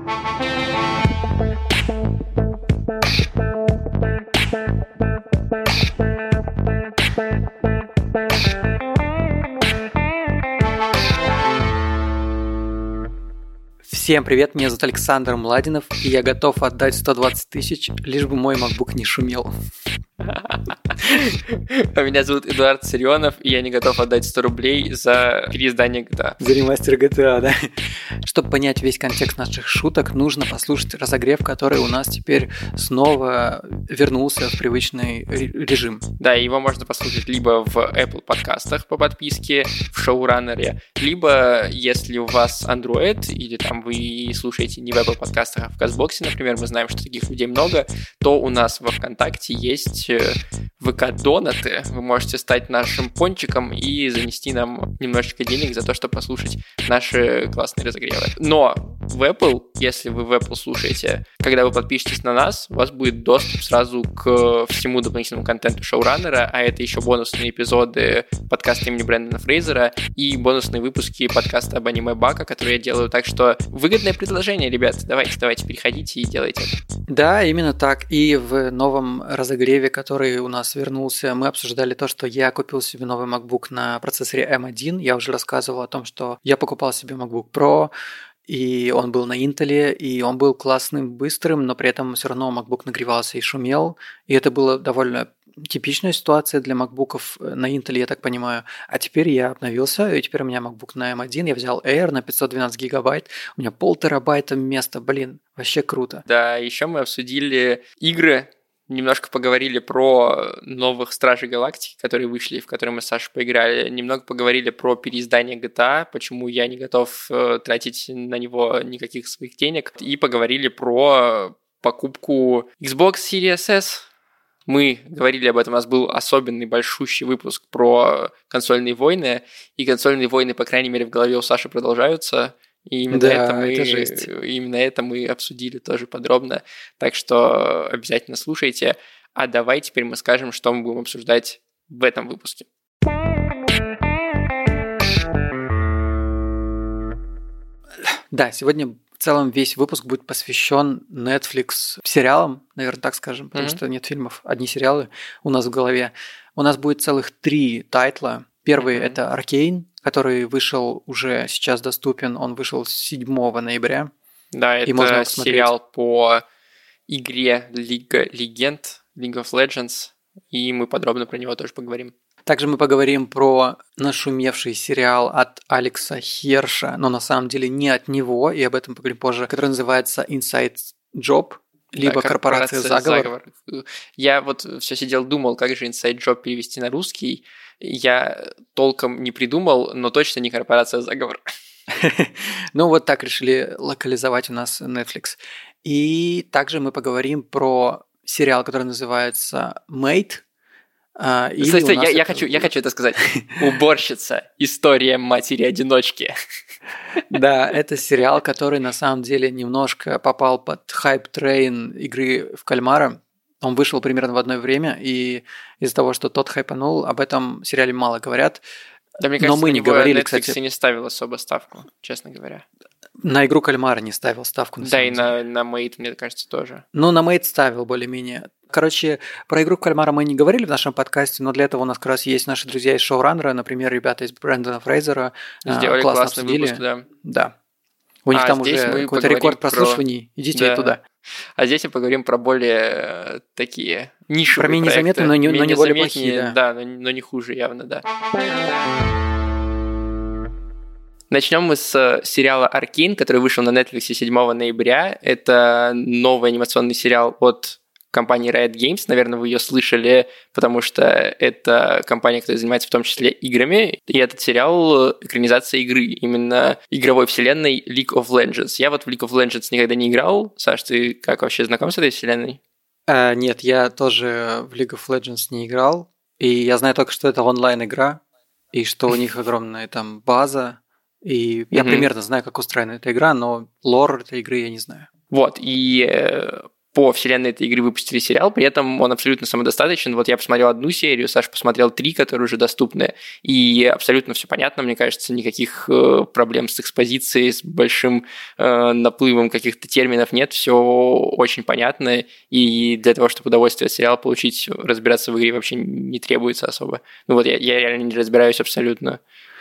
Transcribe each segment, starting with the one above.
Всем привет, меня зовут Александр Младинов, и я готов отдать 120 тысяч, лишь бы мой MacBook не шумел. А меня зовут Эдуард Сарионов, и я не готов отдать 100 рублей за переиздание GTA. За ремастер GTA, да? Чтобы понять весь контекст наших шуток, нужно послушать разогрев, который у нас теперь снова вернулся в привычный режим. Да, его можно послушать либо в Apple подкастах по подписке, в шоураннере, либо, если у вас Android, или там вы слушаете не в Apple подкастах, а в Castbox, например, мы знаем, что таких людей много, то у нас во ВКонтакте есть ВК-донаты. Вы можете стать нашим пончиком и занести нам немножечко денег за то, чтобы послушать наши классные разогревы. Но в Apple, если вы в Apple слушаете, когда вы подпишетесь на нас, у вас будет доступ сразу к всему дополнительному контенту шоураннера, а это еще бонусные эпизоды подкаста имени Брэндона Фрейзера и бонусные выпуски подкаста об аниме Бака, которые я делаю. Так что выгодное предложение, ребят. Давайте, переходите и делайте это. Да, именно так. И в новом разогреве, который у нас вернулся, мы обсуждали то, что я купил себе новый MacBook на процессоре M1. Я уже рассказывал о том, что я покупал себе MacBook Pro, и он был на Intel, и он был классным, быстрым, но при этом все равно MacBook нагревался и шумел. И это была довольно типичная ситуация для MacBook'ов на Intel, я так понимаю. А теперь я обновился, и теперь у меня MacBook на M1. Я взял Air на 512 гигабайт. У меня 1,5 терабайта места. Блин, вообще круто. Да, еще мы обсудили игры, немножко поговорили про новых Стражей Галактики, которые вышли, в которые мы с Сашей поиграли. Немного поговорили про переиздание GTA, почему я не готов тратить на него никаких своих денег. И поговорили про покупку Xbox Series S. Мы говорили об этом, у нас был особенный большущий выпуск про консольные войны, и консольные войны, по крайней мере, в голове у Саши продолжаются. И именно, именно это мы обсудили тоже подробно. Так что обязательно слушайте. А давай теперь мы скажем, что мы будем обсуждать в этом выпуске. Да, сегодня в целом весь выпуск будет посвящен Netflix сериалам, наверное, так скажем, потому что нет фильмов, одни сериалы у нас в голове. У нас будет целых 3 тайтла. Первый это Arcane, который вышел уже сейчас доступен, он вышел 7 ноября. Да, это сериал по игре League of Legends, и мы подробно про него тоже поговорим. Также мы поговорим про нашумевший сериал от Алекса Херша, но на самом деле не от него, и об этом поговорим позже, который называется Inside Job, либо Корпорация Заговор. Я вот все сидел, думал, как же Inside Job перевести на русский. Я толком не придумал, но точно не Корпорация Заговор. Ну вот так решили локализовать у нас Netflix. И также мы поговорим про сериал, который называется Mate. Кстати, я хочу это сказать. Уборщица. История матери-одиночки. Да, это сериал, который на самом деле немножко попал под хайп-трейн игры в кальмара. Он вышел примерно в одно время, и из-за того, что тот хайпанул, об этом сериале мало говорят. Да, мне кажется, но мы не говорили, кстати, и не ставил особо ставку, честно говоря. На игру кальмара не ставил ставку. Да, и на Mate, мне кажется, тоже. Ну, на Mate ставил более-менее. Короче, про игру кальмара мы не говорили в нашем подкасте, но для этого у нас как раз есть наши друзья из шоураннера, например, ребята из Брэндона Фрейзера. Сделали классный выпуск, да. Да. У них там уже какой-то рекорд прослушиваний. Идите туда. А здесь мы поговорим про более такие нишевые про менее проекты. Заметные, но не более плохие. Да, но не хуже явно, да. Начнем мы с сериала Arcane, который вышел на Netflix 7 ноября. Это новый анимационный сериал от компании Riot Games. Наверное, вы ее слышали, потому что это компания, которая занимается в том числе играми. И этот сериал — экранизация игры, именно игровой вселенной League of Legends. Я вот в League of Legends никогда не играл. Саш, ты как вообще знаком с этой вселенной? Нет, я тоже в League of Legends не играл. И я знаю только, что это онлайн-игра, и что у них огромная там база. И я примерно знаю, как устроена эта игра, но лор этой игры я не знаю. Вот, и по вселенной этой игры выпустили сериал, при этом он абсолютно самодостаточен. Вот я посмотрел 1 серию, Саша посмотрел 3, которые уже доступны, и абсолютно все понятно, мне кажется, никаких проблем с экспозицией, с большим наплывом каких-то терминов нет, все очень понятно, и для того, чтобы удовольствие от сериала получить, разбираться в игре вообще не требуется особо. Ну вот я реально не разбираюсь абсолютно.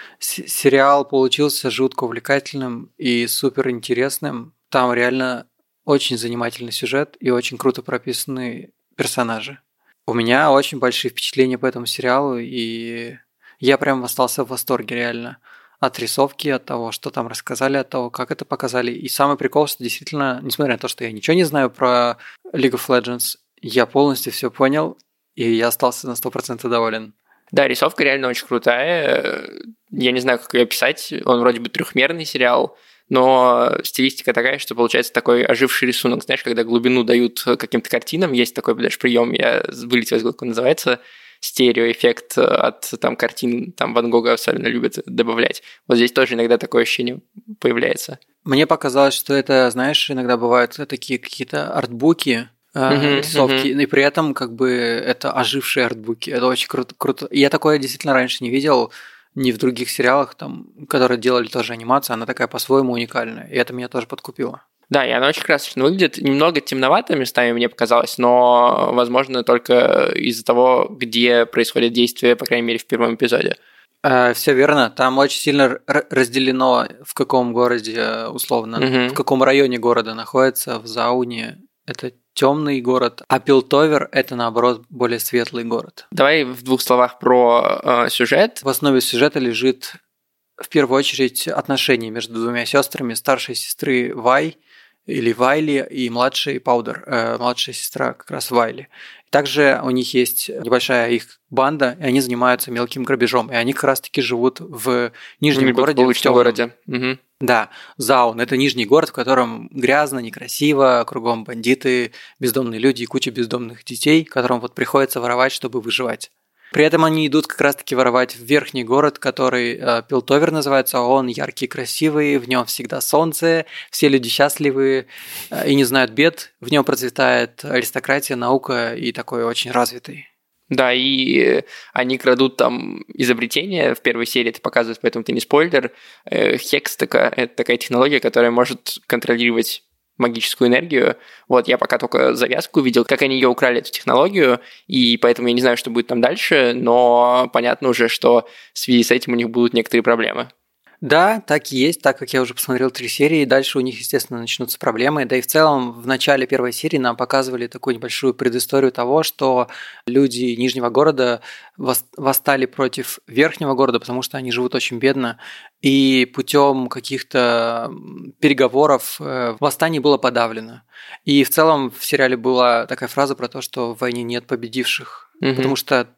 Сериал получился жутко увлекательным и супер интересным. Там реально очень занимательный сюжет и очень круто прописаны персонажи. У меня очень большие впечатления по этому сериалу, и я прям остался в восторге реально от рисовки, от того, что там рассказали, от того, как это показали. И самый прикол, что действительно, несмотря на то, что я ничего не знаю про League of Legends, я полностью все понял, и я остался на 100% доволен. Да, рисовка реально очень крутая. Я не знаю, как ее описать. Он вроде бы трехмерный сериал, но стилистика такая, что получается такой оживший рисунок. Знаешь, когда глубину дают каким-то картинам, есть такой даже прием, я вылетел из головы, как он называется, стереоэффект от там картин, там Ван Гога особенно любят добавлять. Вот здесь тоже иногда такое ощущение появляется. Мне показалось, что это, знаешь, иногда бывают такие какие-то артбуки, рисовки, и при этом как бы это ожившие артбуки. Это очень круто. Я такое действительно раньше не видел ни в других сериалах, там, которые делали тоже анимацию, она такая по-своему уникальная, и это меня тоже подкупило. Да, и она очень красочно выглядит, немного темновато местами мне показалось, но, возможно, только из-за того, где происходит действие, по крайней мере, в первом эпизоде. Все верно, там очень сильно разделено, в каком городе, условно, в каком районе города находится, в Зауне это темный город, а Пилтовер – это, наоборот, более светлый город. Давай в 2 словах про сюжет. В основе сюжета лежит, в первую очередь, отношения между 2 сестрами, старшей сестры Вай, или Вайли, и младшей Паудер, младшая сестра как раз Вайли. Также у них есть небольшая их банда, и они занимаются мелким грабежом, и они как раз-таки живут в Нижнем городе. В городе. Угу. Да, Заун – это нижний город, в котором грязно, некрасиво, кругом бандиты, бездомные люди и куча бездомных детей, которым вот приходится воровать, чтобы выживать. При этом они идут как раз-таки воровать в верхний город, который Пилтовер называется, он яркий, красивый, в нем всегда солнце, все люди счастливые и не знают бед, в нем процветает аристократия, наука и такой очень развитый. Да, и они крадут там изобретения, в первой серии это показывают, поэтому это не спойлер. Хекстека – это такая технология, которая может контролировать магическую энергию. Вот я пока только завязку видел, как они ее украли, эту технологию, и поэтому я не знаю, что будет там дальше, но понятно уже, что в связи с этим у них будут некоторые проблемы. Да, так и есть, так как я уже посмотрел 3 серии, дальше у них, естественно, начнутся проблемы. Да и в целом в начале первой серии нам показывали такую небольшую предысторию того, что люди Нижнего города восстали против Верхнего города, потому что они живут очень бедно, и путем каких-то переговоров восстание было подавлено. И в целом в сериале была такая фраза про то, что в войне нет победивших, потому что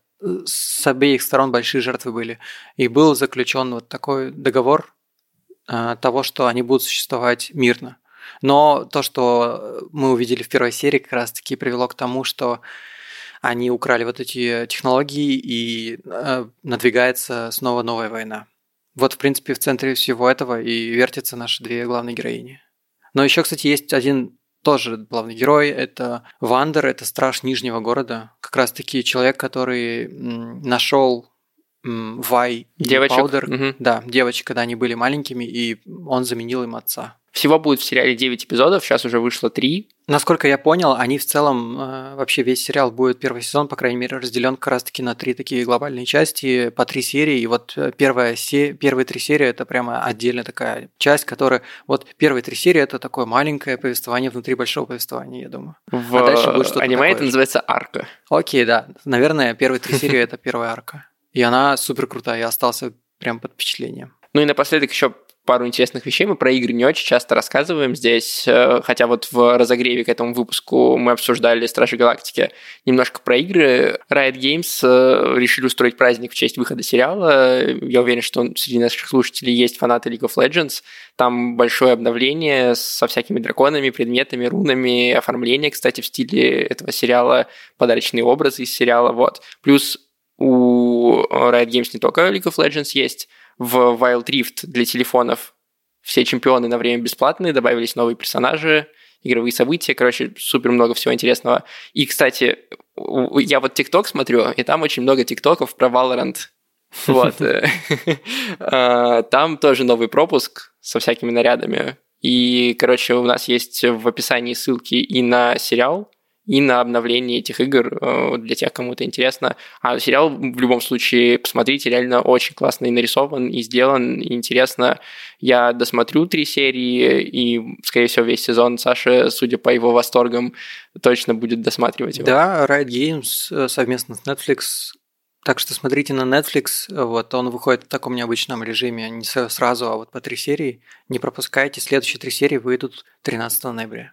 с обеих сторон большие жертвы были. И был заключен вот такой договор того, что они будут существовать мирно. Но то, что мы увидели в первой серии, как раз-таки привело к тому, что они украли вот эти технологии, и надвигается снова новая война. Вот, в принципе, в центре всего этого и вертятся наши 2 главные героини. Но еще, кстати, есть один тоже главный герой, это Вандер, это страж Нижнего города. Как раз-таки человек, который нашел Вай и Паудер. Да, девочек, когда они были маленькими, и он заменил им отца. Всего будет в сериале 9 эпизодов, сейчас уже вышло 3. Насколько я понял, они в целом, вообще весь сериал будет, первый сезон, по крайней мере, разделен как раз-таки на 3 такие глобальные части, по 3 серии, и вот первые 3 серии – это прямо отдельная такая часть, которая… Вот первые 3 серии – это такое маленькое повествование внутри большого повествования, я думаю. А дальше будет что-то аниме такое. Это называется арка. Окей, да. Наверное, первые 3 серии – это первая арка. И она супер крутая, я остался прям под впечатлением. Ну и напоследок еще пару интересных вещей. Мы про игры не очень часто рассказываем здесь, хотя вот в разогреве к этому выпуску мы обсуждали «Стражи Галактики». Немножко про игры. Riot Games решили устроить праздник в честь выхода сериала. Я уверен, что среди наших слушателей есть фанаты League of Legends. Там большое обновление со всякими драконами, предметами, рунами, оформление, кстати, в стиле этого сериала, подарочные образы из сериала. Вот. Плюс у Riot Games не только League of Legends есть, в Wild Rift для телефонов все чемпионы на время бесплатные, добавились новые персонажи, игровые события, короче, супер много всего интересного. И, кстати, я вот ТикТок смотрю, и там очень много ТикТоков про Valorant. Вот. Там тоже новый пропуск со всякими нарядами. И, короче, у нас есть в описании ссылки и на сериал, и на обновление этих игр для тех, кому это интересно. А сериал в любом случае, посмотрите, реально очень классно и нарисован, и сделан, и интересно. Я досмотрю 3 серии, и, скорее всего, весь сезон Саша, судя по его восторгам, точно будет досматривать его. Да, Riot Games совместно с Netflix. Так что смотрите на Netflix, вот он выходит в таком необычном режиме, не сразу, а вот по 3 серии. Не пропускайте, следующие 3 серии выйдут 13 ноября.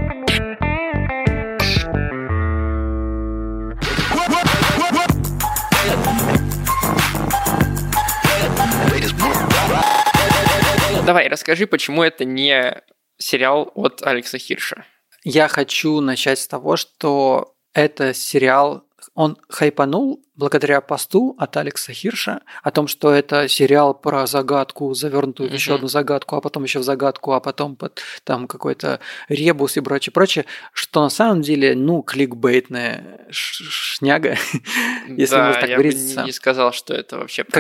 Давай, расскажи, почему это не сериал от Алекса Хирша. Я хочу начать с того, что это сериал, он хайпанул благодаря посту от Алекса Хирша о том, что это сериал про загадку, завернутую в еще одну загадку, а потом еще в загадку, а потом там какой-то ребус и прочее, что на самом деле, кликбейтная шняга, если можно так выразиться. Я бы не сказал, что это вообще про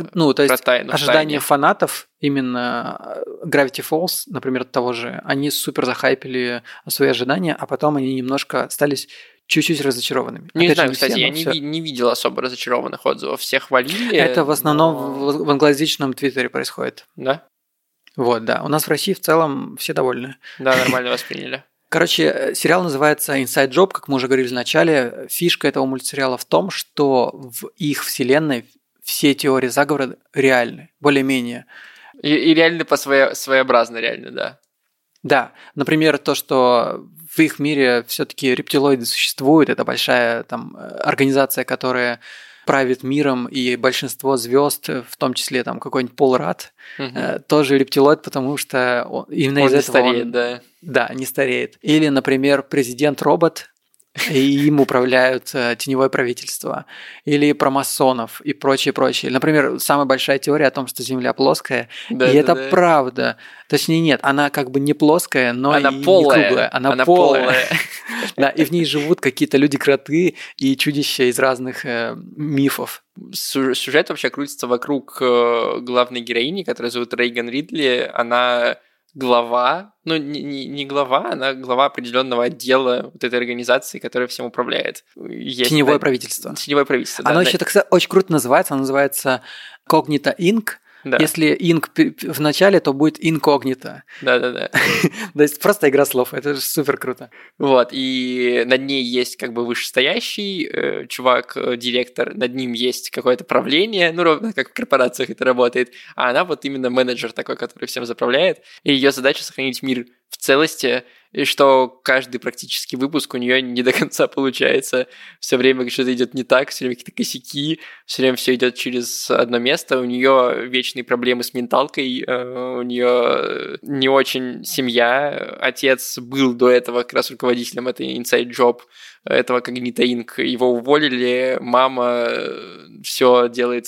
тайну. Ожидания фанатов именно Gravity Falls, например, того же, они супер захайпили свои ожидания, а потом они немножко остались чуть-чуть разочарованными. Не знаю, кстати, я не видел особо разочарованных отзывов. Все хвалили. Это в основном в англоязычном Твиттере происходит. Да? Вот, да. У нас в России в целом все довольны. Да, нормально восприняли. Короче, сериал называется Inside Job, как мы уже говорили в начале. Фишка этого мультсериала в том, что в их вселенной все теории заговора реальны, более-менее. И реально своеобразно, реально, да. Да, например, то, что в их мире все-таки рептилоиды существуют, это большая там организация, которая правит миром, и большинство звезд, в том числе там какой-нибудь Пол Рад, тоже рептилоид, потому что именно из-за этого стареет, да. Да, не стареет. Или, например, президент-робот, и им управляют теневое правительство, или про масонов и прочее. Например, самая большая теория о том, что Земля плоская, это правда. Точнее, нет, она как бы не плоская, но она и полая. не круглая. Она полая. Да, и в ней живут какие-то люди-кроты и чудища из разных мифов. Сюжет вообще крутится вокруг главной героини, которая зовут Рейган Ридли. Она глава, не глава, она глава определенного отдела вот этой организации, которая всем управляет. Теневое правительство. Теневое правительство, да. Оно еще, так сказать, очень круто называется. Оно называется Cognita Inc. Да. Если Inc в начале, то будет Incognito. Да. То есть просто игра слов. Это же супер круто. Вот, и над ней есть как бы вышестоящий чувак, директор, над ним есть какое-то правление, ровно как в корпорациях это работает, а она вот именно менеджер такой, который всем заправляет, и ее задача сохранить мир в целости, и что каждый практически выпуск у нее не до конца получается. Все время что-то идет не так, все время какие-то косяки, все время все идет через одно место. У нее вечные проблемы с менталкой, у нее не очень семья. Отец был до этого как раз руководителем этой Inside Job, этого Cognita Inc. Его уволили, мама все делает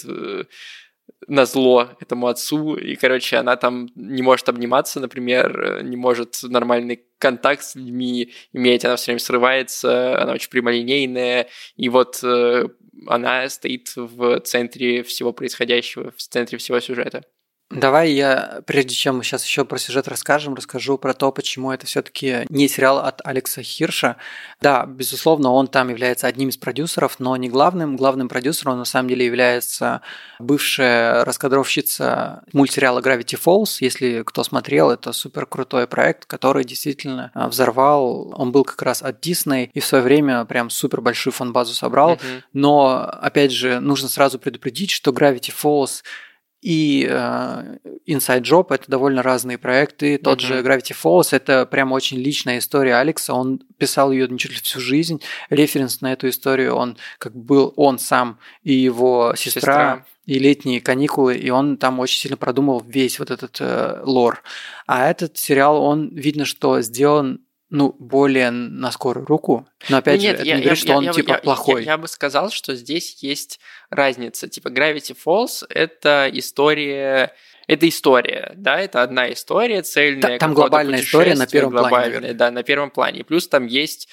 назло этому отцу, и, короче, она там не может обниматься, например, не может нормальный контакт с людьми иметь, она все время срывается, она очень прямолинейная, и вот она стоит в центре всего происходящего, в центре всего сюжета. Давай я, прежде чем мы сейчас еще про сюжет расскажу про то, почему это все-таки не сериал от Алекса Хирша. Да, безусловно, он там является одним из продюсеров, но не главным. Главным продюсером он на самом деле является бывшая раскадровщица мультсериала Gravity Falls. Если кто смотрел, это супер крутой проект, который действительно взорвал. Он был как раз от Disney и в свое время прям супер большую фан-базу собрал. Но, опять же, нужно сразу предупредить, что Gravity Falls и Inside Job — это довольно разные проекты. Тот же Gravity Falls — это прямо очень личная история Алекса. Он писал ее чуть ли всю жизнь. Референс на эту историю он как был он сам и его сестра. И летние каникулы, и он там очень сильно продумал весь вот этот лор. А этот сериал, он видно, что сделан более на скорую руку. Но опять же, это не говорит, что он плохой. Я бы сказал, что здесь есть разница. Типа Gravity Falls — это история это история, да, это одна история цельная. Там глобальная история на первом плане, наверное. Да, на первом плане. И плюс там есть,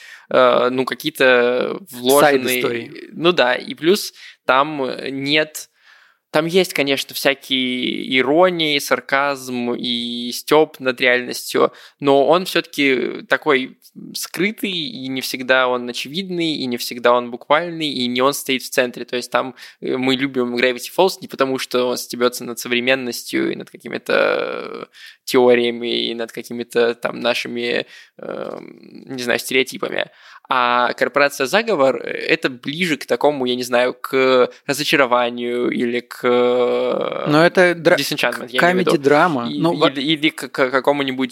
какие-то вложенные... Сайд-истории. Ну да, и плюс там нет... Там есть, конечно, всякие иронии, сарказм и стёб над реальностью, но он все-таки такой скрытый, и не всегда он очевидный, и не всегда он буквальный, и не он стоит в центре. То есть там мы любим Gravity Falls не потому, что он стебется над современностью и над какими-то теориями, и над какими-то там нашими, не знаю, стереотипами. А корпорация «Заговор» — это ближе к такому, я не знаю, к разочарованию или к Disenchantment, комеди-драма. Или к какому-нибудь...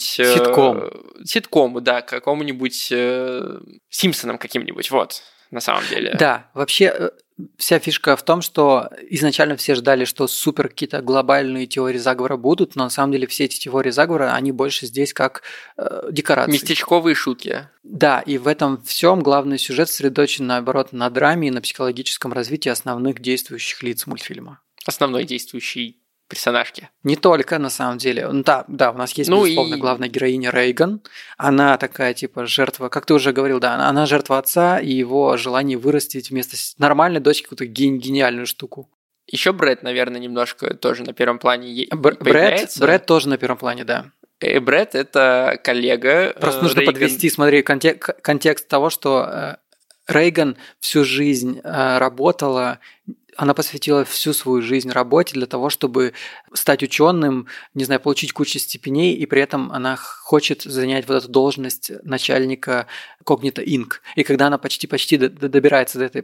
Ситкому, да, к какому-нибудь Симпсонам каким-нибудь, вот, на самом деле. Да, вообще вся фишка в том, что изначально все ждали, что супер какие-то глобальные теории заговора будут, но на самом деле все эти теории заговора, они больше здесь как декорации. Местечковые шутки. Да, и в этом всем главный сюжет сосредоточен, наоборот, на драме и на психологическом развитии основных действующих лиц мультфильма. Основной действующий персонажки. Не только, на самом деле. Да, у нас есть, безусловно, главная героиня Рейган. Она такая, типа, жертва, как ты уже говорил, да, она жертва отца и его желание вырастить вместо нормальной дочки какую-то гениальную штуку. Еще Брэд, наверное, немножко тоже на первом плане появляется. Брэд тоже на первом плане, да. Брэд – это коллега. Просто нужно подвести, смотри, контекст того, что Рейган всю жизнь работала. Она посвятила всю свою жизнь работе для того, чтобы стать ученым, не знаю, получить кучу степеней, и при этом она хочет занять вот эту должность начальника Cognito Inc. И когда она почти добирается до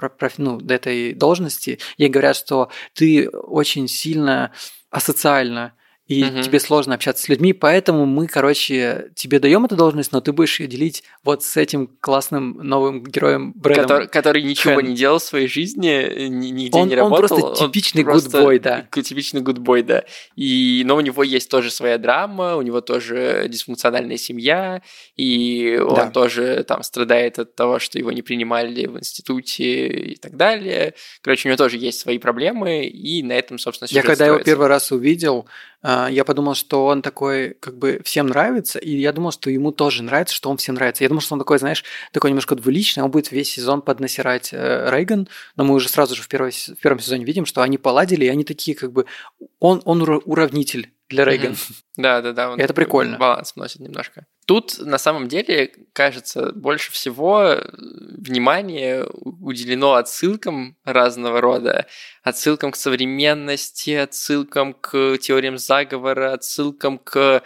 этой должности, ей говорят, что ты очень сильно асоциальна, и тебе сложно общаться с людьми, поэтому мы, тебе даем эту должность, но ты будешь ее делить вот с этим классным новым героем Брэдом. Который ничего не делал в своей жизни, нигде не работал. Он просто типичный гудбой, да. Типичный гудбой, да. Но у него есть тоже своя драма, у него тоже дисфункциональная семья, и он тоже там страдает от того, что его не принимали в институте и так далее. Короче, у него тоже есть свои проблемы, и на этом, собственно, сюжет строится. Я когда его первый раз увидел, я подумал, что он такой, как бы, всем нравится, и я думал, что ему тоже нравится, что он всем нравится. Я думал, что он такой, знаешь, такой немножко двуличный, он будет весь сезон поднасирать Рейган, но мы уже сразу же в первом сезоне видим, что они поладили, и они такие, как бы, он уравнитель для Рейган. Да. Это прикольно. Баланс вносит немножко. Тут, на самом деле, кажется, больше всего внимания уделено отсылкам разного рода. Отсылкам к современности, отсылкам к теориям заговора, отсылкам к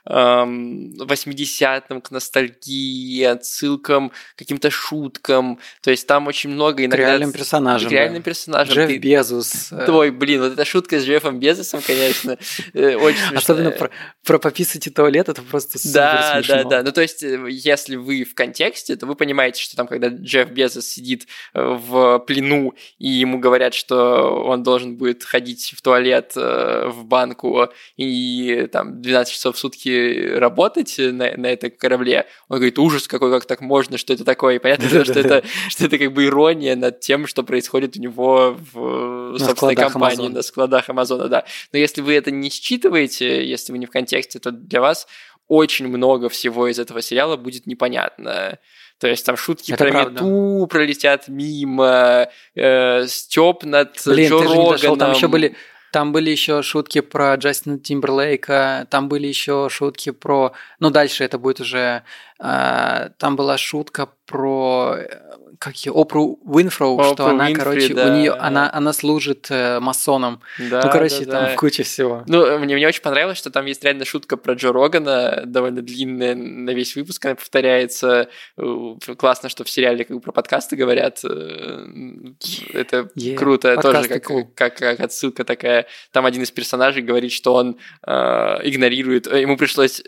80-м, к ностальгии, отсылкам к каким-то шуткам. То есть там очень много иногда... К реальным персонажам. Джефф Безос. Вот эта шутка с Джеффом Безосом, конечно, очень смешная. Особенно про пописать и туалет, это просто супер смешно. Да. Ну, то есть, если вы в контексте, то вы понимаете, что там, когда Джефф Безос сидит в плену, и ему говорят, что он должен будет ходить в туалет в банку и там 12 часов в сутки работать на этом корабле, он говорит, ужас какой, как так можно, что это такое? И понятно, что это как бы ирония над тем, что происходит у него в собственной компании, на складах Амазона, да. Но если вы это не считываете, если вы не в контексте, то для вас очень много всего из этого сериала будет непонятно. То есть там шутки про мету пролетят мимо, стёб над Джо Роганом. Там были еще шутки про Джастина Тимберлейка, там были еще шутки про... Ну, дальше это будет уже... Там была шутка про Опру Уинфроу, что она, короче, да. У нее она служит масоном. Да, там куча всего. Ну, мне очень понравилось, что там есть реально шутка про Джо Рогана, довольно длинная, на весь выпуск она повторяется. Классно, что в сериале как бы про подкасты говорят. Это круто. Тоже как отсылка такая. Там один из персонажей говорит, что он игнорирует... Ему пришлось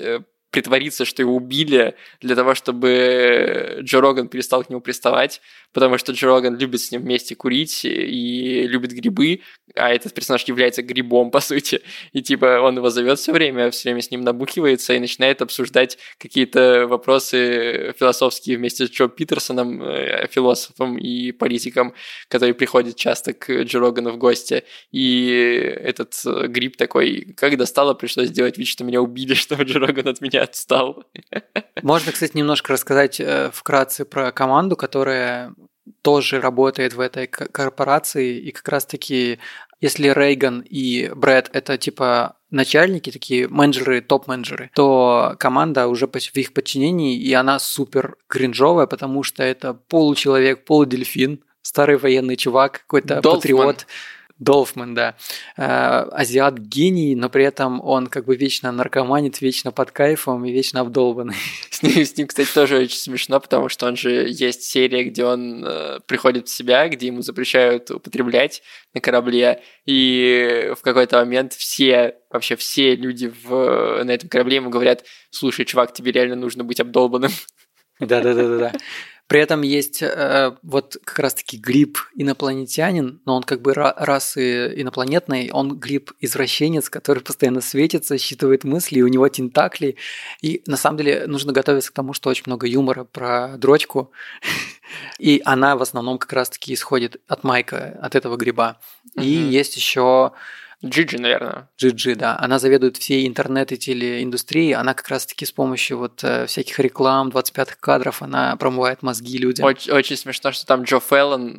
притвориться, что его убили для того, чтобы Джо Роган перестал к нему приставать, потому что Джо Роган любит с ним вместе курить и любит грибы, а этот персонаж является грибом, по сути. И типа он его зовет все время с ним набухивается и начинает обсуждать какие-то вопросы философские вместе с Джо Питерсоном, философом и политиком, который приходит часто к Джо Рогану в гости. И этот гриб такой: как достало, пришлось сделать вид, что меня убили, чтобы Джо Роган от меня отстал. Можно, кстати, немножко рассказать вкратце про команду, которая тоже работает в этой корпорации, и как раз-таки, если Рейган и Брэд – это типа начальники, такие менеджеры, топ-менеджеры, то команда уже в их подчинении, и она супер кринжовая, потому что это получеловек, полудельфин, старый военный чувак, какой-то патриот. Долфман, да. Азиат гений, но при этом он как бы вечно наркоманит, вечно под кайфом и вечно обдолбанный. С ним, кстати, тоже очень смешно, потому что он же есть серия, где он приходит в себя, где ему запрещают употреблять на корабле, и в какой-то момент вообще все люди на этом корабле ему говорят: слушай, чувак, тебе реально нужно быть обдолбанным. Да. При этом есть вот как раз-таки гриб инопланетянин, но он как бы расы инопланетной, он гриб-извращенец, который постоянно светится, считывает мысли, и у него тентакли. И на самом деле нужно готовиться к тому, что очень много юмора про дрочку, и она в основном как раз-таки исходит от Майка, от этого гриба. И есть еще... Джиджи, наверное. Джиджи, да. Она заведует всей интернет- и телеиндустрией. Она как раз-таки с помощью вот всяких реклам, 25-х кадров, она промывает мозги людям. Очень смешно, что там Джо Феллон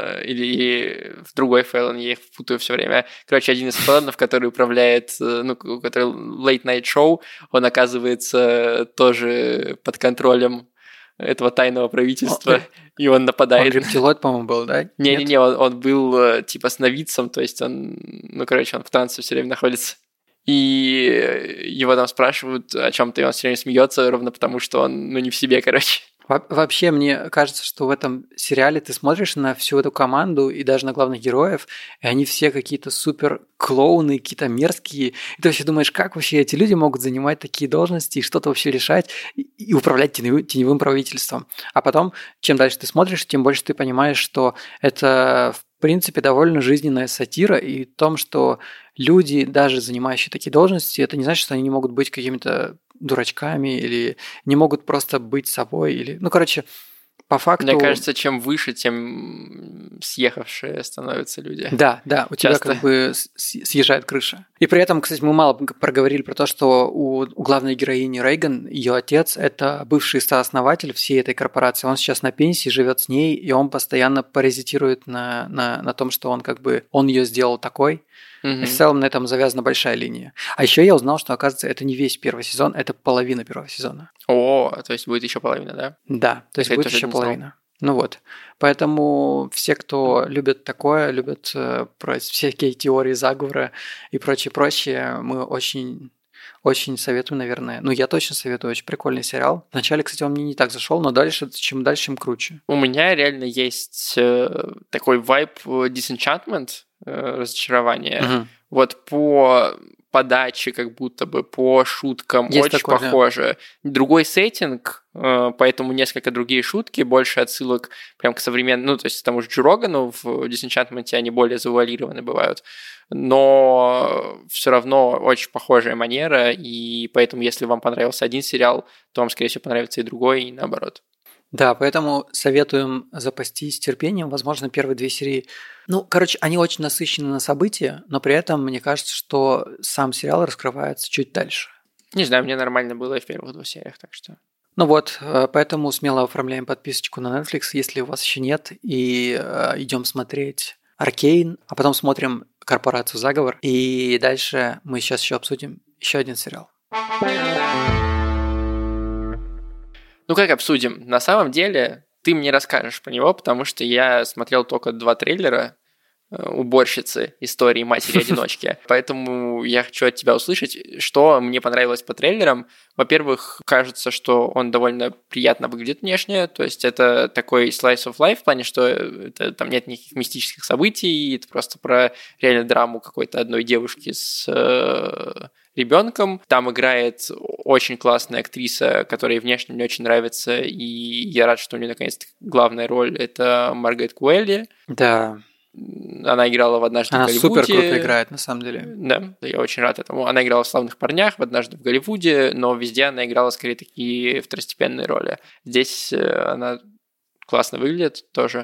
или другой Феллон, я их путаю все время. Короче, один из Феллонов, который управляет, который Late Night Show, он оказывается тоже под контролем этого тайного правительства, и он нападает. Он рептилоид, по-моему, был, да? Не-не-не, он был типа сновидцем, то есть он в трансе все время находится. И его там спрашивают о чем-то, и он все время смеется, ровно потому, что он, не в себе, короче. Вообще, мне кажется, что в этом сериале ты смотришь на всю эту команду и даже на главных героев, и они все какие-то супер клоуны, какие-то мерзкие. И ты вообще думаешь, как вообще эти люди могут занимать такие должности и что-то вообще решать и управлять теневым правительством. А потом, чем дальше ты смотришь, тем больше ты понимаешь, что это в принципе довольно жизненная сатира, и в том, что люди, даже занимающие такие должности, это не значит, что они не могут быть какими-то дурачками или не могут просто быть собой. Или... по факту... Мне кажется, чем выше, тем съехавшие становятся люди. Да, у тебя как бы съезжает крыша. И при этом, кстати, мы мало проговорили про то, что у главной героини Рейган, ее отец, это бывший сооснователь всей этой корпорации. Он сейчас на пенсии, живет с ней, и он постоянно паразитирует на том, что он ее сделал такой. И в целом на этом завязана большая линия. А еще я узнал, что, оказывается, это не весь первый сезон, это половина первого сезона. О, то есть будет еще половина, да? Да, то есть будет еще половина. Поэтому все, кто любит такое, любят про всякие теории заговора и прочее, мы очень советую, наверное. Я точно советую, очень прикольный сериал. Вначале, кстати, он мне не так зашел, но чем дальше, тем круче. У меня реально есть такой вайб Disenchantment, разочарование. Вот по подаче, как будто бы по шуткам есть очень такое, похоже. Да. Другой сеттинг, поэтому несколько другие шутки, больше отсылок прям к современному, то есть к тому же Джо Рогану в Disenchantment они более завуалированы бывают. Но все равно очень похожая манера, и поэтому, если вам понравился один сериал, то вам, скорее всего, понравится и другой, и наоборот. Да, поэтому советуем запастись терпением. Возможно, первые 2 серии... они очень насыщены на события, но при этом мне кажется, что сам сериал раскрывается чуть дальше. Не знаю, мне нормально было и в первых 2 сериях, так что... Поэтому смело оформляем подписочку на Netflix, если у вас еще нет, и идем смотреть Аркейн, а потом смотрим Корпорацию Заговор, и дальше мы сейчас еще обсудим еще один сериал. Как обсудим? На самом деле, ты мне расскажешь про него, потому что я смотрел только 2 трейлера, уборщицы истории матери-одиночки. Поэтому я хочу от тебя услышать, что мне понравилось по трейлерам. Во-первых, кажется, что он довольно приятно выглядит внешне, то есть это такой slice of life в плане, что там нет никаких мистических событий, это просто про реально драму какой-то одной девушки с ребенком. Там играет очень классная актриса, которая внешне мне очень нравится, и я рад, что у нее наконец-то главная роль — это Маргарет Куэлли. Да. Она играла в «Однажды в Голливуде». Она супер круто играет, на самом деле. Да, я очень рад этому. Она играла в «Славных парнях», в «Однажды в Голливуде», но везде она играла скорее такие второстепенные роли. Здесь она классно выглядит тоже.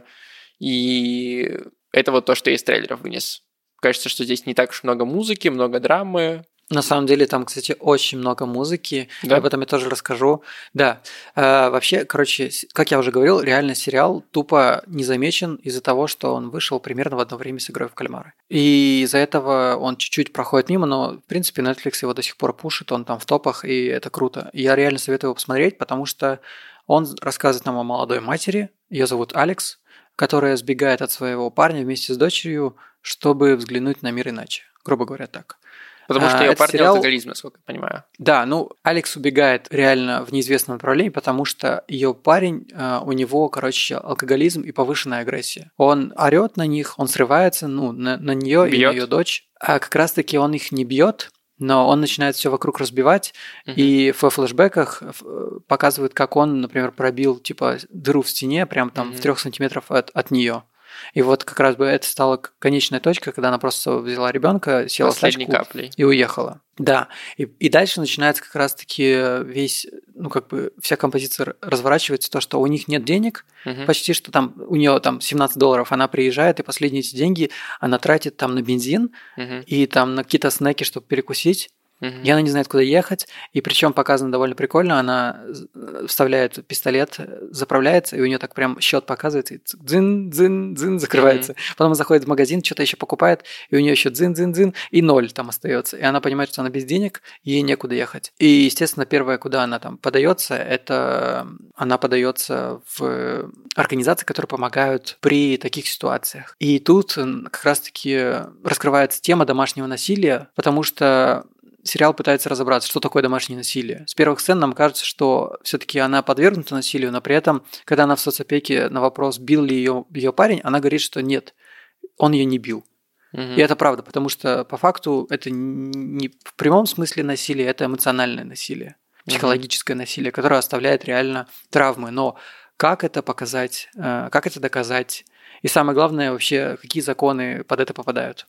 И это вот то, что я из трейлеров вынес. Кажется, что здесь не так уж много музыки, много драмы. На самом деле там, кстати, очень много музыки, Да? об этом я тоже расскажу. Да, вообще, короче, как я уже говорил, реально сериал тупо не замечен из-за того, что он вышел примерно в одно время с «Игрой в кальмара». И из-за этого он чуть-чуть проходит мимо, но, в принципе, Netflix его до сих пор пушит, он там в топах, и это круто. И я реально советую его посмотреть, потому что он рассказывает нам о молодой матери, ее зовут Алекс, которая сбегает от своего парня вместе с дочерью, чтобы взглянуть на мир иначе, грубо говоря, так. Потому что ее парень сериал... алкоголизм, насколько я понимаю. Да, ну, Алекс убегает реально в неизвестном направлении, потому что ее парень, у него, короче, алкоголизм и повышенная агрессия. Он орет на них, он срывается, ну, на нее и на ее дочь. А как раз-таки он их не бьет, но он начинает все вокруг разбивать, и в флешбеках показывают, как он, например, пробил, типа, дыру в стене, прям там в 3 сантиметров от нее. И вот как раз бы это стала конечная точка, когда она просто взяла ребенка, села в тачку и уехала. Да, и дальше начинается как раз-таки весь, ну как бы вся композиция разворачивается, то, что у них нет денег, почти что там у нее там $17, она приезжает, и последние эти деньги она тратит там на бензин и там на какие-то снеки, чтобы перекусить. И она не знает, куда ехать. И причем показано довольно прикольно. Она вставляет пистолет, заправляется, и у нее так прям счет показывается, и дзин-дзин-дзин закрывается. Потом она заходит в магазин, что-то еще покупает, и у нее еще дзин-дзин-дзин, и 0 там остается. И она понимает, что она без денег, и ей некуда ехать. И, естественно, первое, куда она там подается, это она подается в организации, которые помогают при таких ситуациях. И тут как раз-таки раскрывается тема домашнего насилия, потому что сериал пытается разобраться, что такое домашнее насилие. С первых сцен нам кажется, что все-таки она подвергнута насилию, но при этом, когда она в соцопеке на вопрос, бил ли ее парень, она говорит, что нет, он ее не бил. И это правда, потому что по факту это не в прямом смысле насилие, это эмоциональное насилие, психологическое насилие, которое оставляет реально травмы. Но как это показать, как это доказать? И самое главное, вообще, какие законы под это попадают.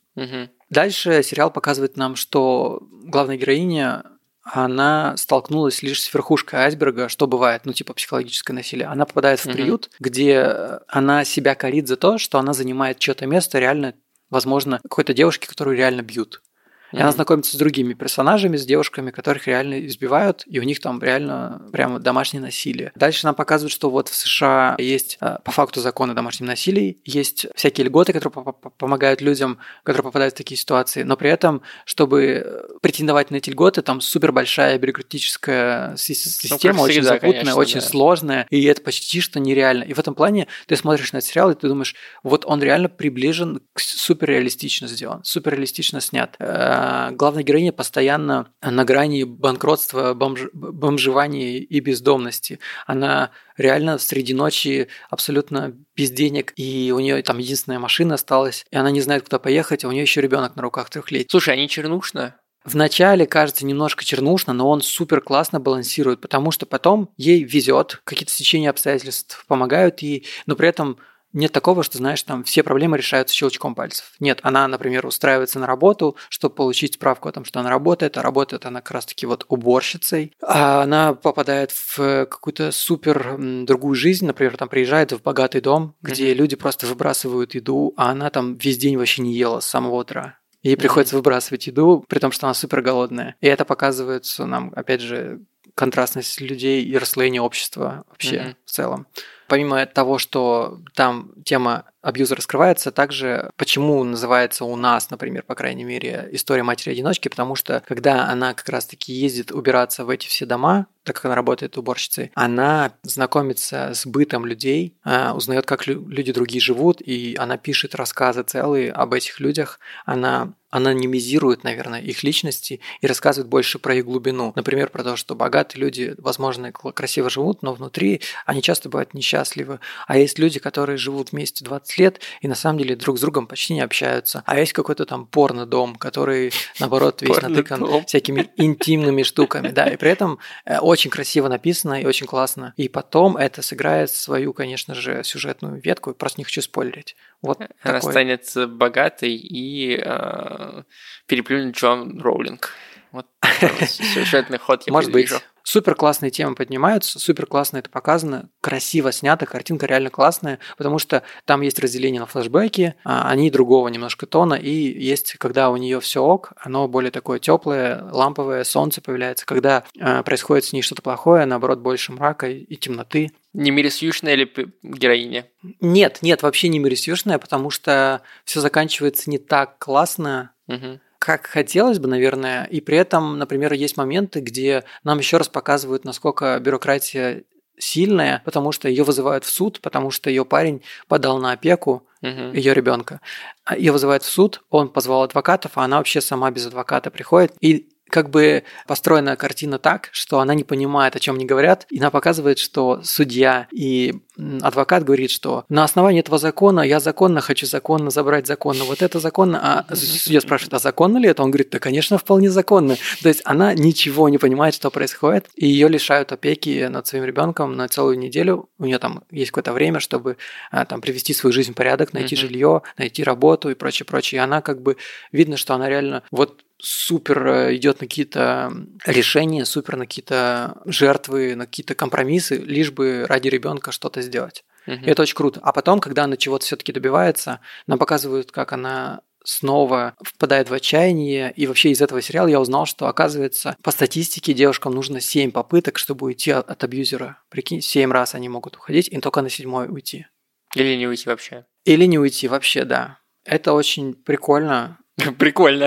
Дальше сериал показывает нам, что главная героиня, она столкнулась лишь с верхушкой айсберга, что бывает, ну, типа психологическое насилие. Она попадает в приют, где она себя корит за то, что она занимает чьё-то место реально, возможно, какой-то девушки, которую реально бьют. И она знакомится с другими персонажами, с девушками, которых реально избивают, и у них там реально прямо домашнее насилие. Дальше нам показывают, что вот в США есть по факту законы о домашнем насилии, есть всякие льготы, которые помогают людям, которые попадают в такие ситуации, но при этом, чтобы претендовать на эти льготы, там супер большая бюрократическая система, очень запутанная, конечно, очень сложная, и это почти что нереально. И в этом плане ты смотришь на этот сериал, и ты думаешь, вот он реально приближен к суперреалистично сделан, суперреалистично снят. Главная героиня постоянно на грани банкротства, бомжевания и бездомности. Она реально среди ночи абсолютно без денег, и у нее там единственная машина осталась, и она не знает, куда поехать, а у нее еще ребенок на руках 3-летний. Слушай, они чернушно? Вначале кажется немножко чернушно, но он супер классно балансирует, потому что потом ей везет, какие-то стечения обстоятельств помогают ей, но при этом нет такого, что, знаешь, там все проблемы решаются щелчком пальцев. Нет, она, например, устраивается на работу, чтобы получить справку о том, что она работает, а работает она как раз-таки вот уборщицей. А она попадает в какую-то супер другую жизнь, например, там приезжает в богатый дом, где люди просто выбрасывают еду, а она там весь день вообще не ела с самого утра. Ей приходится выбрасывать еду, при том, что она супер голодная. И это показывает нам, опять же, контрастность людей и расслоение общества вообще в целом. Помимо того, что там тема абьюзер раскрывается. Также, почему называется у нас, например, по крайней мере, история матери-одиночки, потому что когда она как раз-таки ездит убираться в эти все дома, так как она работает уборщицей, она знакомится с бытом людей, узнает, как люди другие живут, и она пишет рассказы целые об этих людях. Она анонимизирует, наверное, их личности и рассказывает больше про их глубину. Например, про то, что богатые люди, возможно, красиво живут, но внутри они часто бывают несчастливы. А есть люди, которые живут вместе 20 лет и на самом деле друг с другом почти не общаются. А есть какой-то там порно-дом, который, наоборот, весь натыкан всякими интимными штуками. Да, и при этом очень красиво написано и очень классно. И потом это сыграет свою, конечно же, сюжетную ветку. Просто не хочу спойлерить. Вот она такой. станет богатой и переплюнет Джон Роулинг. Вот сюжетный ход я Может быть. вижу. Супер классные темы поднимаются, супер классно это показано, красиво снято, картинка реально классная, потому что там есть разделение на флешбеки, они другого немножко тона, и есть, когда у нее все ок, оно более такое теплое, ламповое, солнце появляется, когда происходит с ней что-то плохое, наоборот, больше мрака и темноты. Не Мири Сьюшная или героиня? Нет, вообще не Мири Сьюшная, потому что все заканчивается не так классно, как хотелось бы, наверное, и при этом, например, есть моменты, где нам еще раз показывают, насколько бюрократия сильная, потому что ее вызывают в суд, потому что ее парень подал на опеку ее ребенка. Ее вызывают в суд, он позвал адвокатов, а она вообще сама без адвоката приходит. И как бы построена картина так, что она не понимает, о чем они говорят, и она показывает, что судья и адвокат говорит, что на основании этого закона я законно хочу законно забрать законно. Вот это законно. А судья спрашивает, а законно ли это? Он говорит, да, конечно, вполне законно. То есть она ничего не понимает, что происходит, и ее лишают опеки над своим ребенком на целую неделю. У нее там есть какое-то время, чтобы там привести свою жизнь в порядок, найти жилье, найти работу и прочее. И она как бы видно, что она реально вот супер идет на какие-то решения, супер на какие-то жертвы, на какие-то компромиссы, лишь бы ради ребенка что-то сделать. И это очень круто. А потом, когда она чего-то все-таки добивается, нам показывают, как она снова впадает в отчаяние. И вообще из этого сериала я узнал, что, оказывается, по статистике девушкам нужно 7 попыток, чтобы уйти от абьюзера. Прикинь, 7 раз они могут уходить, и только на 7-й уйти. Или не уйти вообще. Или не уйти вообще, да. Это очень прикольно. Прикольно.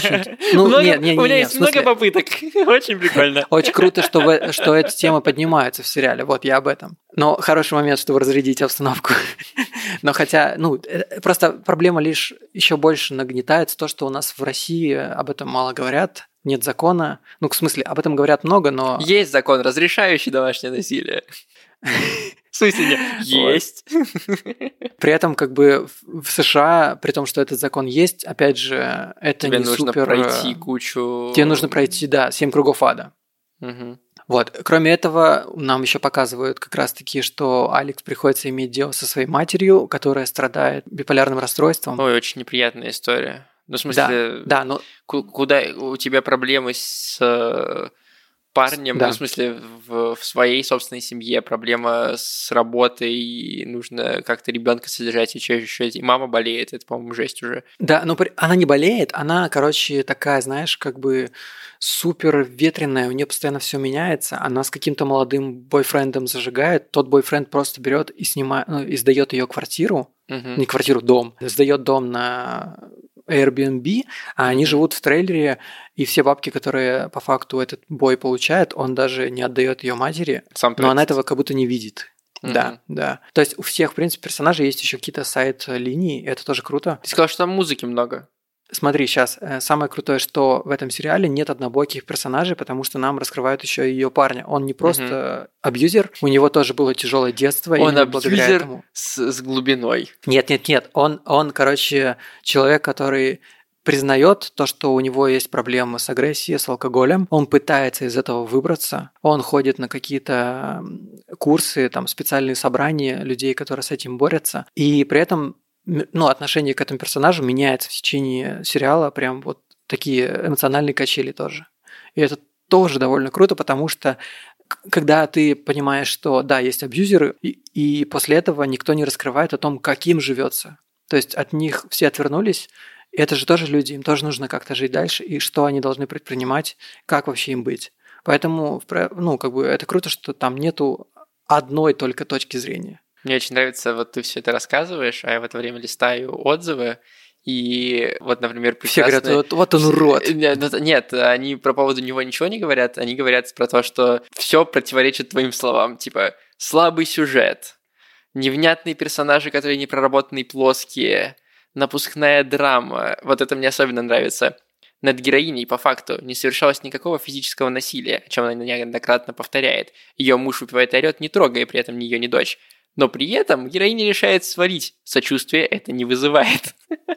У меня есть много попыток. Очень прикольно. Очень круто, что эти темы поднимаются в сериале. Вот, я об этом. Но хороший момент, чтобы разрядить обстановку. Но хотя, просто проблема лишь еще больше нагнетается то, что у нас в России об этом мало говорят. Нет закона. В смысле, об этом говорят много, но... Есть закон, разрешающий домашнее насилие. В смысле нет? Есть. При этом, как бы в США, при том, что этот закон есть, опять же, это тебе не нужно супер... пройти кучу... Тебе нужно пройти, 7 кругов ада. Вот. Кроме этого, нам еще показывают как раз-таки, что Алекс приходится иметь дело со своей матерью, которая страдает биполярным расстройством. Ой, очень неприятная история. В смысле, но... куда у тебя проблемы с... парнем, в смысле, в своей собственной семье, проблема с работой, нужно как-то ребенка содержать, и мама болеет, это, по-моему, жесть уже. Да, но она не болеет, она, такая, знаешь, как бы супер ветреная, у нее постоянно все меняется, она с каким-то молодым бойфрендом зажигает, тот бойфренд просто берет и сдает ее квартиру, не квартиру, дом, сдает дом на Airbnb, а они живут в трейлере, и все бабки, которые по факту этот бой получает, он даже не отдает ее матери, но она этого как будто не видит. Да. То есть у всех, в принципе, персонажей есть еще какие-то сайд-линии, это тоже круто. Ты сказал, что там музыки много. Смотри, сейчас самое крутое, что в этом сериале нет однобоких персонажей, потому что нам раскрывают еще ее парня. Он не просто абьюзер, у него тоже было тяжелое детство. Он абьюзер с глубиной. Нет. Он, человек, который признает то, что у него есть проблемы с агрессией, с алкоголем. Он пытается из этого выбраться. Он ходит на какие-то курсы, там специальные собрания людей, которые с этим борются. И при этом отношение к этому персонажу меняется в течение сериала, прям вот такие эмоциональные качели тоже. И это тоже довольно круто, потому что когда ты понимаешь, что да, есть абьюзеры, и после этого никто не раскрывает о том, каким живется. То есть от них все отвернулись, и это же тоже люди, им тоже нужно как-то жить дальше, и что они должны предпринимать, как вообще им быть. Поэтому, это круто, что там нету одной только точки зрения. Мне очень нравится, вот ты все это рассказываешь, а я в это время листаю отзывы, и вот, например, Все говорят, вот он урод. Нет, они про поводу него ничего не говорят, они говорят про то, что все противоречит твоим словам, типа слабый сюжет, невнятные персонажи, которые не проработанные, плоские, напускная драма. Вот это мне особенно нравится. Над героиней, по факту, не совершалось никакого физического насилия, о чем она неоднократно повторяет. Ее муж выпивает и орёт, не трогая при этом ни ее, ни дочь. Но при этом героиня решает свалить. Сочувствие это не вызывает.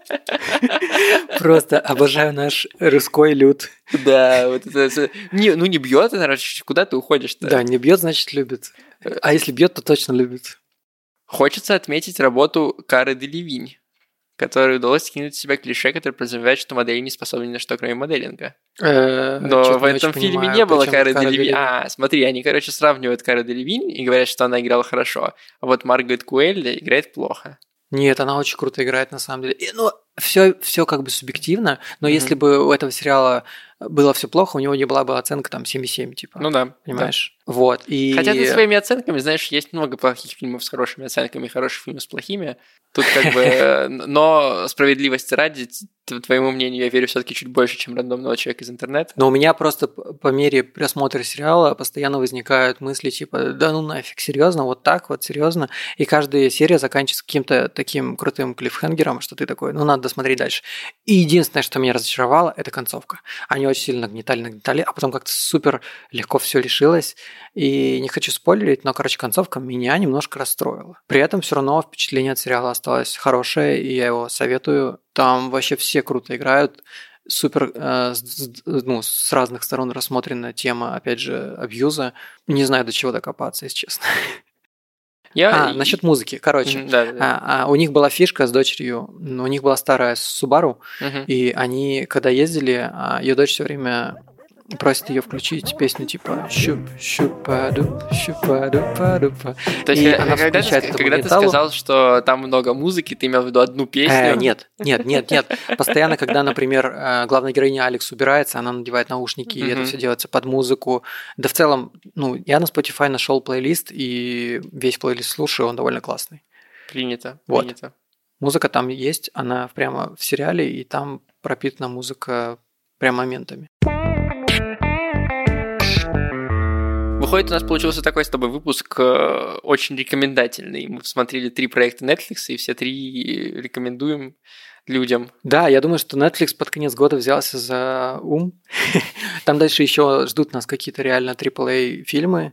Просто обожаю наш русской люд. Да, вот это... не бьет, куда ты уходишь-то? Да, не бьет, значит любит. А если бьет, то точно любит. Хочется отметить работу Кары Делевинь, которой удалось скинуть с себя клише, которое подразумевает, что модели не способны ни на что, кроме моделинга. Но в этом фильме не было Кары Делевинь. Смотри, они, сравнивают Кару Делевинь и говорят, что она играла хорошо, а вот Маргарет Куэлли играет плохо. Нет, она очень круто играет, на самом деле. Ну, все как бы субъективно, но если бы у этого сериала было все плохо, у него не была бы оценка там 7,7, типа. Ну да. Понимаешь? Да. Вот. И... Хотя ты своими оценками, знаешь, есть много плохих фильмов с хорошими оценками и хороших фильмов с плохими. Тут как бы... Но справедливости ради, твоему мнению, я верю все-таки чуть больше, чем рандомного человека из интернета. Но у меня просто по мере просмотра сериала постоянно возникают мысли типа, да ну нафиг, серьезно, вот так вот, серьезно. И каждая серия заканчивается каким-то таким крутым клиффхенгером, что ты такой, ну надо досмотреть дальше. И единственное, что меня разочаровало, это концовка. Они очень сильно нагнетали, а потом как-то супер легко все решилось. И не хочу спойлерить, но, концовка меня немножко расстроила. При этом все равно впечатление от сериала осталось хорошее, и я его советую. Там вообще все круто играют. Супер, с разных сторон рассмотрена тема, опять же, абьюза. Не знаю, до чего докопаться, если честно. Насчет музыки. У них была фишка с дочерью. У них была старая Subaru, и они, когда ездили, ее дочь все время просит ее включить песню типа щупаду. То есть, когда ты сказал, что там много музыки, ты имел в виду одну песню? Нет. Постоянно, когда, например, главная героиня Алекс убирается, она надевает наушники, и это все делается под музыку. Да в целом, я на Spotify нашел плейлист, и весь плейлист слушаю, он довольно классный. Принято. Музыка там есть, она прямо в сериале, и там пропитана музыка прям моментами. Выходит, у нас получился такой с тобой выпуск очень рекомендательный. Мы смотрели 3 проекта Netflix, и все 3 рекомендуем людям. Да, я думаю, что Netflix под конец года взялся за ум. Там дальше еще ждут нас какие-то реально AAA фильмы.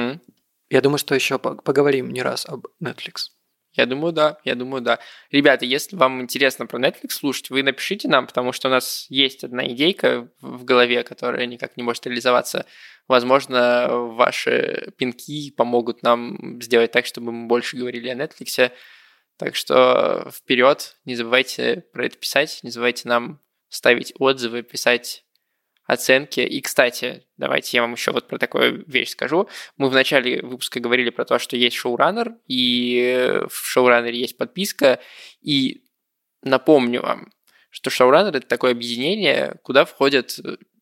Я думаю, что еще поговорим не раз об Netflix. Я думаю, да. Ребята, если вам интересно про Netflix слушать, вы напишите нам, потому что у нас есть одна идейка в голове, которая никак не может реализоваться. Возможно, ваши пинки помогут нам сделать так, чтобы мы больше говорили о Netflix. Так что вперед, не забывайте про это писать, не забывайте нам ставить отзывы, писать оценки. И, кстати, давайте я вам еще вот про такую вещь скажу. Мы в начале выпуска говорили про то, что есть шоураннер, и в шоураннере есть подписка. И напомню вам, что шоураннер – это такое объединение, куда входят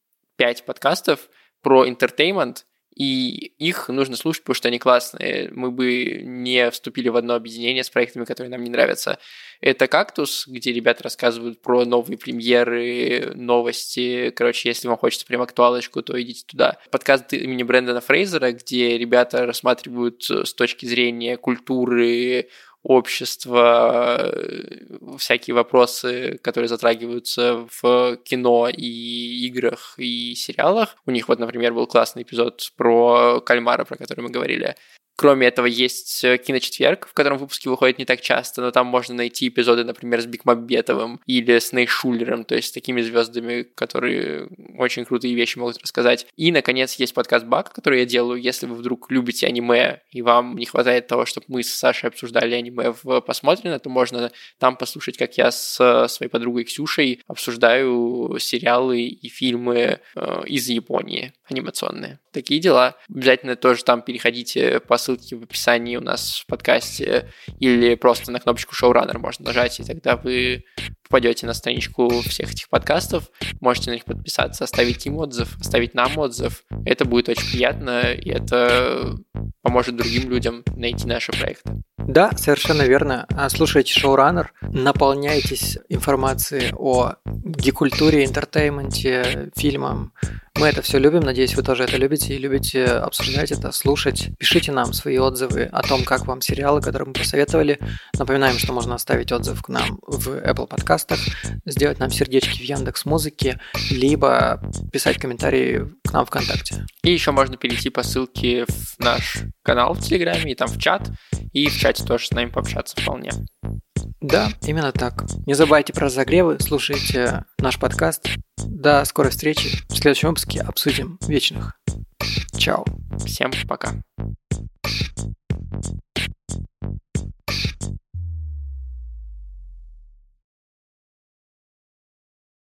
5 подкастов про entertainment, и их нужно слушать, потому что они классные. Мы бы не вступили в одно объединение с проектами, которые нам не нравятся. Это «Кактус», где ребята рассказывают про новые премьеры, новости. Если вам хочется прям актуалочку, то идите туда. Подкаст имени Брэндона Фрейзера, где ребята рассматривают с точки зрения культуры, общества, всякие вопросы, которые затрагиваются в кино и играх и сериалах. У них вот, например, был классный эпизод про кальмара, про который мы говорили. Кроме этого, есть «Киночетверг», в котором выпуски выходят не так часто, но там можно найти эпизоды, например, с Бекмамбетовым или с Нейшулером, то есть с такими звездами, которые очень крутые вещи могут рассказать. И, наконец, есть подкаст «Бак», который я делаю. Если вы вдруг любите аниме, и вам не хватает того, чтобы мы с Сашей обсуждали аниме в «Посмотрено», то можно там послушать, как я с своей подругой Ксюшей обсуждаю сериалы и фильмы из Японии анимационные. Такие дела. Обязательно тоже там переходите по ссылке в описании у нас в подкасте или просто на кнопочку «Шоураннер» можно нажать, и тогда вы попадете на страничку всех этих подкастов, можете на них подписаться, оставить им отзыв, оставить нам отзыв. Это будет очень приятно, и это поможет другим людям найти наши проекты. Да, совершенно верно. Слушайте Showrunner, наполняйтесь информацией о гик-культуре, интертейменте, фильмам. Мы это все любим, надеюсь, вы тоже это любите и любите обсуждать это, слушать. Пишите нам свои отзывы о том, как вам сериалы, которые мы посоветовали. Напоминаем, что можно оставить отзыв к нам в Apple подкастах, сделать нам сердечки в Яндекс.Музыке, либо писать комментарии к нам ВКонтакте. И еще можно перейти по ссылке в наш канал в Телеграме, и там в чат, и в чате тоже с нами пообщаться вполне. Да, именно так. Не забывайте про разогревы, слушайте наш подкаст. До скорой встречи. В следующем выпуске обсудим вечных. Чао. Всем пока.